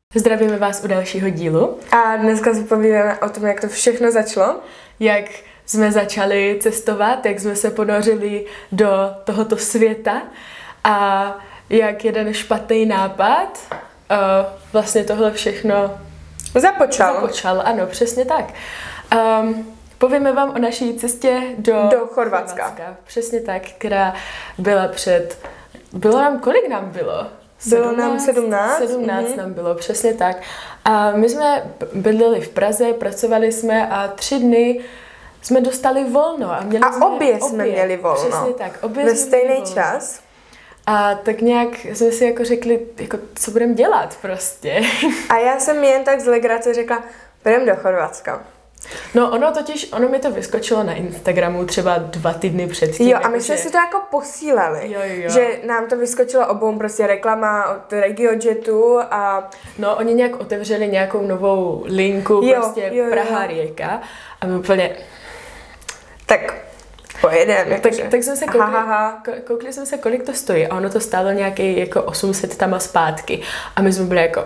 Zdravíme vás u dalšího dílu. A dneska si povídáme o tom, jak to všechno začalo. Jak jsme začali cestovat, jak jsme se ponořili do tohoto světa a jak jeden špatný nápad vlastně tohle všechno započal. Ano, přesně tak. Povíme vám o naší cestě do Chorvatska. Přesně tak, která byla kolik nám bylo? Bylo nám 17. 17 nám bylo, přesně tak. A my jsme bydleli v Praze, pracovali jsme a 3 dny jsme dostali volno. A obě jsme měli volno. Přesně tak, obě ve jsme stejný volno. čas. A tak nějak jsme si jako řekli, jako, co budeme dělat prostě. A já jsem jen tak z legrace řekla, půjdeme do Chorvatska. No ono mi to vyskočilo na Instagramu třeba 2 týdny předtím. Jo, a my jsme si to jako posílali, jo. že nám to vyskočilo obou, prostě reklama od RegioJetu a... No, oni nějak otevřeli nějakou novou linku, prostě Praha-Rijeka a my úplně... Tak pojedeme. Tak jsme se koukli jsme se, kolik to stojí a ono to stálo nějaký jako 800 tam a zpátky a my jsme byli jako...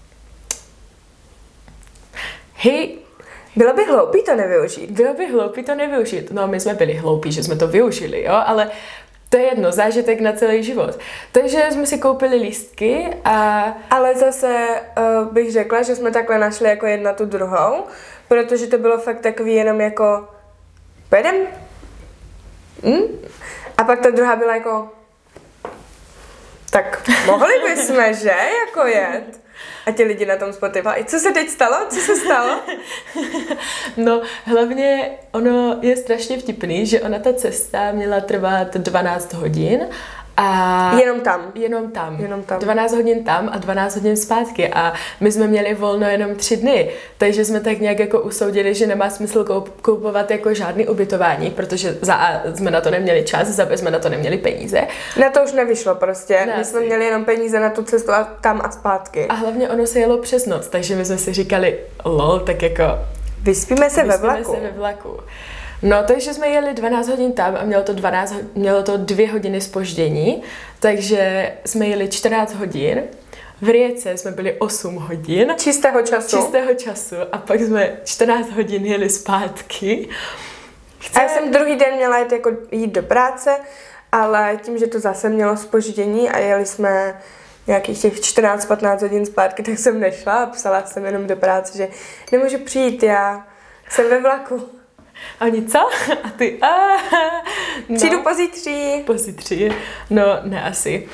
Hej, Bylo by hloupý to nevyužít. No, my jsme byli hloupí, že jsme to využili, jo, ale to je jedno, zážitek na celý život. Takže jsme si koupili lístky a... Ale zase bych řekla, že jsme takhle našli jako jedna tu druhou, protože to bylo fakt takový jenom jako pojedem? A pak ta druhá byla jako tak mohli bychom, že, jako jet? A ti lidi na tom Spotify. Co se teď stalo? Co se stalo? No, hlavně ono je strašně vtipný, že ona ta cesta měla trvat 12 hodin a... Jenom tam. 12 hodin tam a 12 hodin zpátky a my jsme měli volno jenom 3 dny, takže jsme tak nějak jako usoudili, že nemá smysl koupovat jako žádný ubytování, protože za A jsme na to neměli čas, za B jsme na to neměli peníze. Na to už nevyšlo prostě, my jsme měli jenom peníze na tu cestu a tam a zpátky. A hlavně ono se jelo přes noc, takže my jsme si říkali, tak jako... Vyspíme se ve vlaku. No, takže jsme jeli 12 hodin tam a mělo to 2 hodiny zpoždění, takže jsme jeli 14 hodin. V Rijece jsme byli 8 hodin. Čistého času. A pak jsme 14 hodin jeli zpátky. A já jsem druhý den měla jít do práce, ale tím, že to zase mělo zpoždění a jeli jsme nějakých těch 14-15 hodin zpátky, tak jsem nešla a psala jsem jenom do práce, že nemůžu přijít, já jsem ve vlaku. A oni, co? A ty, no. Přijdu pozítří. No, ne asi.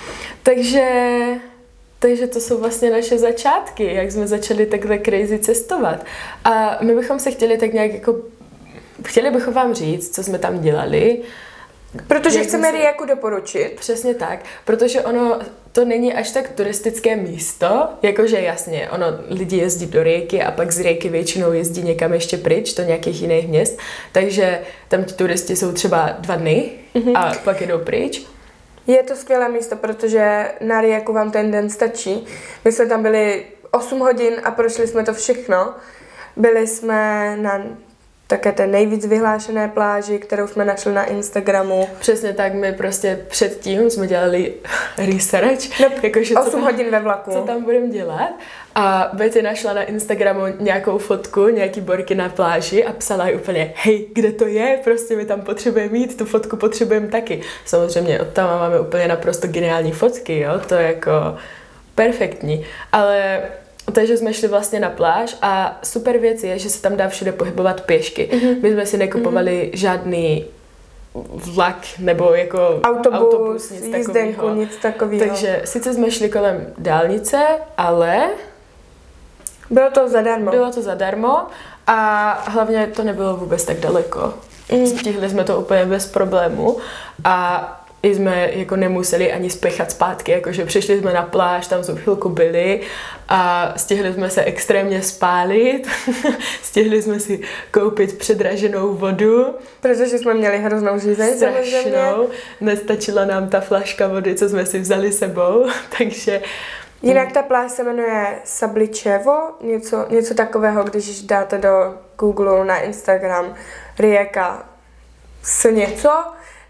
Takže to jsou vlastně naše začátky, jak jsme začali takhle crazy cestovat. A my bychom se chtěli tak nějak jako... Chtěli bychom vám říct, co jsme tam dělali. Protože chceme Rijeku doporučit. Přesně tak, protože ono to není až tak turistické místo, jakože jasně, lidi jezdí do Rijky a pak z Rijky většinou jezdí někam ještě pryč, do nějakých jiných měst, takže tam ti turisti jsou třeba 2 dny a pak jedou pryč. Je to skvělé místo, protože na Rijeku vám ten den stačí. My jsme tam byli 8 hodin a prošli jsme to všechno. Byli jsme na také té nejvíc vyhlášené pláži, kterou jsme našli na Instagramu. Přesně tak, my prostě předtím jsme dělali research. Jakože 8 hodin ve vlaku. Co tam budeme dělat. A Betty našla na Instagramu nějakou fotku, nějaký borky na pláži a psala jí úplně, hej, kde to je? Prostě my tam potřebujeme mít, tu fotku potřebujeme taky. Samozřejmě od tam máme úplně naprosto geniální fotky, jo, to je jako perfektní. Ale... Takže jsme šli vlastně na pláž a super věc je, že se tam dá všude pohybovat pěšky. My jsme si nekupovali žádný vlak nebo jako autobus nic takového. Takže sice jsme šli kolem dálnice, ale... Bylo to zadarmo a hlavně to nebylo vůbec tak daleko. Stihli jsme to úplně bez problému a i jsme jako nemuseli ani spěchat zpátky, jakože přišli jsme na pláž, tam jsme chvilku byli a stihli jsme se extrémně spálit, stihli jsme si koupit předraženou vodu. Protože jsme měli hroznou žízeň. Strašnou, nestačila nám ta flaška vody, co jsme si vzali sebou, takže... Jinak ta pláž se jmenuje Sabličevo, něco takového, když dáte do Google na Instagram Rijeka s něco,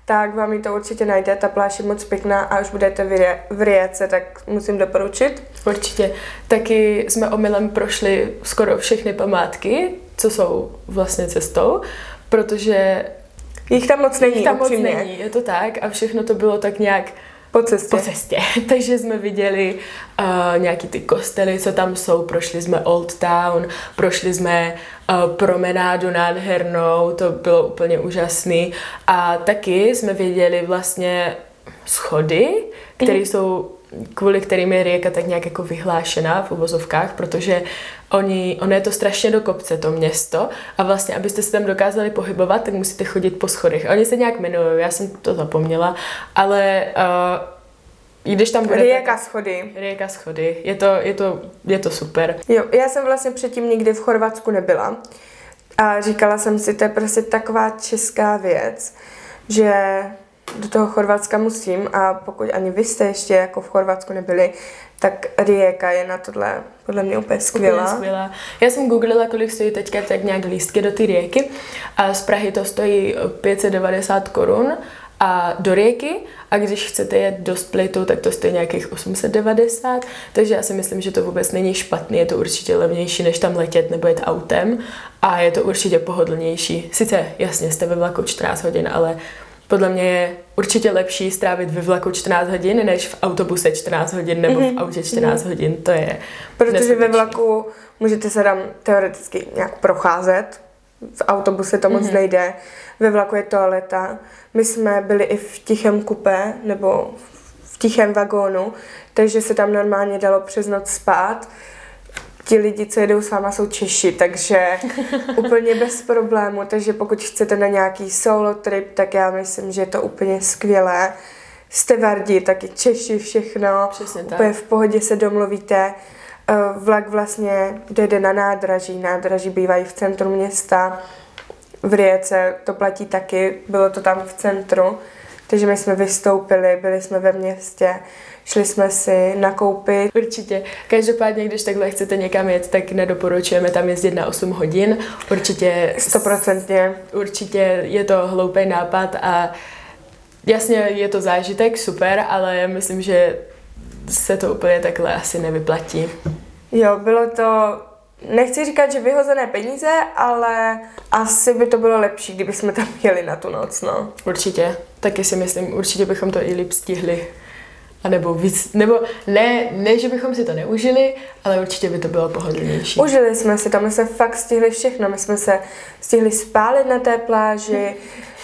tak vám ji to určitě najde, ta pláž je moc pěkná a až budete v Rijece, tak musím doporučit. Určitě. Taky jsme omylem prošli skoro všechny památky, co jsou vlastně cestou, protože jich tam moc není, je to tak a všechno to bylo tak nějak po cestě. Takže jsme viděli nějaký ty kostely, co tam jsou, prošli jsme Old Town, prošli jsme promenádu nádhernou, to bylo úplně úžasný a taky jsme viděli vlastně schody, které jsou, kvůli kterým je Rijeka tak nějak jako vyhlášená v uvozovkách, protože ono je to strašně do kopce, to město, a vlastně, abyste se tam dokázali pohybovat, tak musíte chodit po schodech. A oni se nějak jmenují, já jsem to zapomněla, ale když tam budete... Rijeka schody. Je to super. Jo, já jsem vlastně předtím nikdy v Chorvatsku nebyla a říkala jsem si, to je prostě taková česká věc, že do toho Chorvatska musím a pokud ani vy jste ještě jako v Chorvatsku nebyli, tak Rijeka je na tohle podle mě úplně skvělá. Já jsem googlila, kolik stojí teďka tak nějak lístky do té Rijeky a z Prahy to stojí 590 korun a do Rijeky a když chcete jet do Splitu, tak to stojí nějakých 890, takže já si myslím, že to vůbec není špatný, je to určitě levnější, než tam letět nebo jet autem a je to určitě pohodlnější. Sice jasně jste ve vlaku 14 hodin, ale podle mě je určitě lepší strávit ve vlaku 14 hodin, než v autobuse 14 hodin nebo v autě 14 hodin, to je protože ve vlaku můžete se tam teoreticky nějak procházet, v autobuse to moc nejde, ve vlaku je toaleta, my jsme byli i v tichém kupé nebo v tichém vagónu, takže se tam normálně dalo přes noc spát. Ti lidi, co jedou s váma, jsou Češi, takže úplně bez problému, takže pokud chcete na nějaký solo trip, tak já myslím, že je to úplně skvělé. Stevardi, taky Češi, všechno, úplně v pohodě se domluvíte. Vlak vlastně dojde na nádraží bývají v centru města, v Rijece to platí taky, bylo to tam v centru, takže my jsme vystoupili, byli jsme ve městě, šli jsme si nakoupit. Určitě. Každopádně, když takhle chcete někam jet, tak nedoporučujeme tam jezdit na 8 hodin. Určitě 100%. Určitě je to hloupý nápad a jasně je to zážitek, super, ale myslím, že se to úplně takhle asi nevyplatí. Jo, bylo to, nechci říkat, že vyhozené peníze, ale asi by to bylo lepší, kdyby jsme tam jeli na tu noc, no. Určitě, taky si myslím, určitě bychom to i líp stihli. A nebo víc, nebo ne, že bychom si to neužili, ale určitě by to bylo pohodlnější. Užili jsme si to, my jsme fakt stihli všechno, my jsme se stihli spálit na té pláži,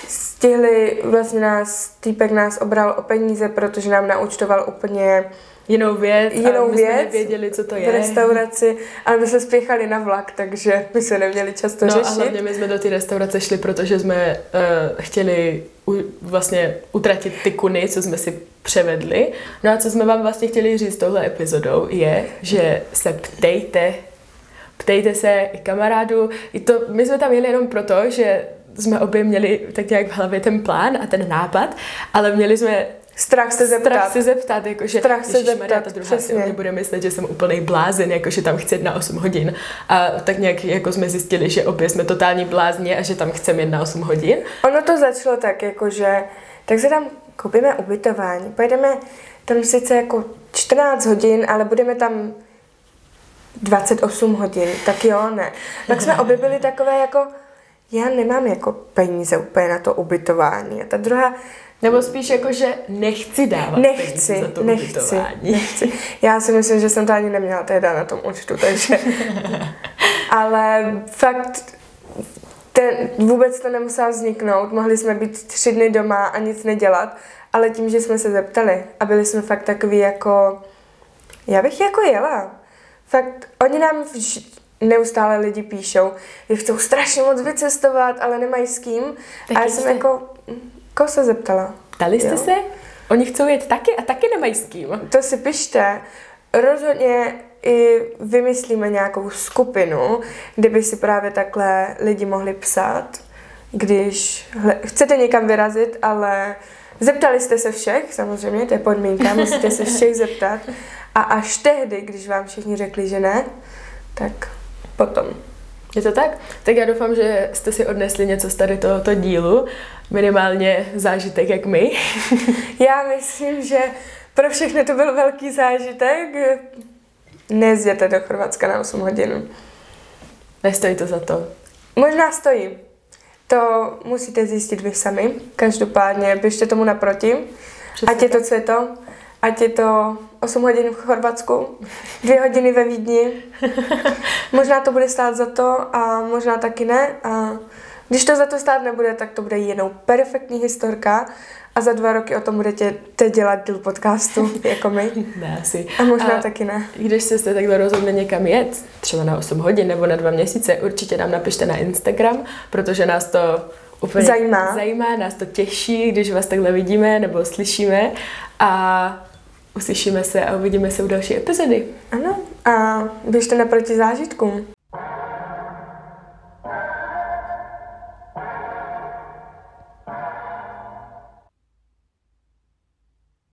týpek nás obral o peníze, protože nám naúčtoval úplně jinou věc a my jsme nevěděli, co to je. V restauraci, ale my jsme spěchali na vlak, takže my se neměli čas to řešit. No a hlavně my jsme do té restaurace šli, protože jsme chtěli vlastně utratit ty kuny, co jsme si převedli. No a co jsme vám vlastně chtěli říct touhle epizodou je, že se ptejte se i kamarádů. My jsme tam jeli jenom proto, že jsme obě měli tak nějak v hlavě ten plán a ten nápad, ale měli jsme strach se zeptat, jakože ta druhá si o mě bude myslet, že jsem úplnej blázen, jakože tam chci jít na 8 hodin. A tak nějak jako jsme zjistili, že obě jsme totální blázni a že tam chceme jít na 8 hodin. Ono to začalo tak, jakože, tak se tam koupíme ubytování, pojedeme tam sice jako 14 hodin, ale budeme tam 28 hodin, tak jo, ne. Tak jsme obě byli takové jako, já nemám jako peníze úplně na to ubytování. A ta druhá, nebo spíš jako, že nechci dávat peníze za to ubytování. Nechci. Já si myslím, že jsem to ani neměla tehdy na tom účtu, takže... Ale fakt, vůbec to nemusela vzniknout. Mohli jsme být 3 dny doma a nic nedělat, ale tím, že jsme se zeptali a byli jsme fakt takový jako... Já bych jako jela. Fakt, oni nám neustále lidi píšou, že chcou strašně moc vycestovat, ale nemají s kým. A já jsem jako... Koho se zeptala? Ptali jste se? Oni chcou jet taky a taky nemají s kým. To si pište. Rozhodně i vymyslíme nějakou skupinu, kde by si právě takhle lidi mohli psát, když chcete někam vyrazit, ale zeptali jste se všech, samozřejmě, to je podmínka, musíte se všech zeptat. A až tehdy, když vám všichni řekli, že ne, tak potom. Je to tak? Tak já doufám, že jste si odnesli něco z tady tohoto dílu, minimálně zážitek jak my. Já myslím, že pro všechny to byl velký zážitek. Nezjete do Chorvatska na 8 hodin. Nestojí to za to. Možná stojí. To musíte zjistit vy sami. Každopádně běžte tomu naproti. Přesně ať je to co je to. Ať je to 8 hodin v Chorvatsku, 2 hodiny ve Vídni. Možná to bude stát za to a možná taky ne. A když to za to stát nebude, tak to bude jenom perfektní historka a za 2 roky o tom budete dělat díl podcastu, jako my. Ne, asi. A možná taky ne. Když jste takhle rozhodli někam jet, třeba na 8 hodin nebo na 2 měsíce, určitě nám napište na Instagram, protože nás to úplně zajímá, nás to těší, když vás takhle vidíme nebo slyšíme a uslyšíme se a uvidíme se u další epizody. Ano, a běžte naproti zážitkům.